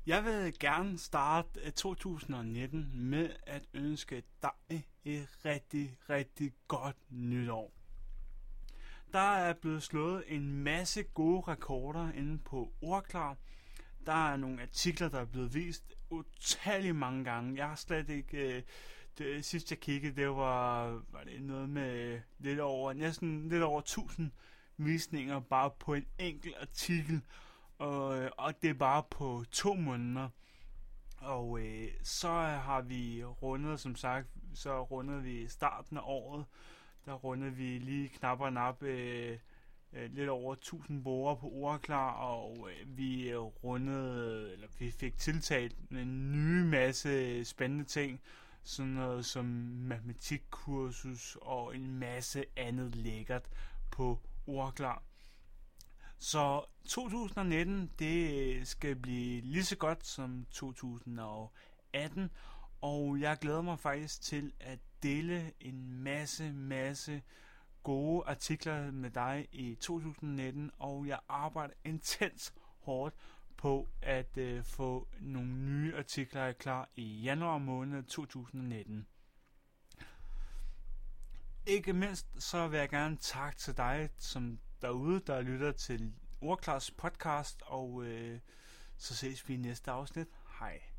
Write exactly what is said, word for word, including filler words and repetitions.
Jeg vil gerne starte to tusind nitten med at ønske dig et rigtig, rigtig godt nytår. Der er blevet slået en masse gode rekorder inde på Ordklar. Der er nogle artikler, der er blevet vist utallige mange gange. Jeg har slet ikke... Det sidste jeg kiggede, det var, var det noget med lidt over, næsten lidt over tusind visninger bare på en enkelt artikel. Og, og det er bare på to måneder. Og øh, så har vi rundet, som sagt, så rundede vi starten af året. Der rundede vi lige knap og nap øh, øh, lidt over tusind brugere på Ordklar, og øh, vi rundede, eller vi fik tiltalt en ny masse spændende ting. Sådan noget som matematikkursus og en masse andet lækkert på Ordklar. Så to tusind nitten, det skal blive lige så godt som to tusind atten, og jeg glæder mig faktisk til at dele en masse, masse gode artikler med dig i to tusind nitten, og jeg arbejder intens hårdt på at øh, få nogle nye artikler klar i januar måned to tusind nitten. Ikke mindst så vil jeg gerne takke til dig som derude, der lytter til Ordklars podcast, og øh, så ses vi i næste afsnit. Hej.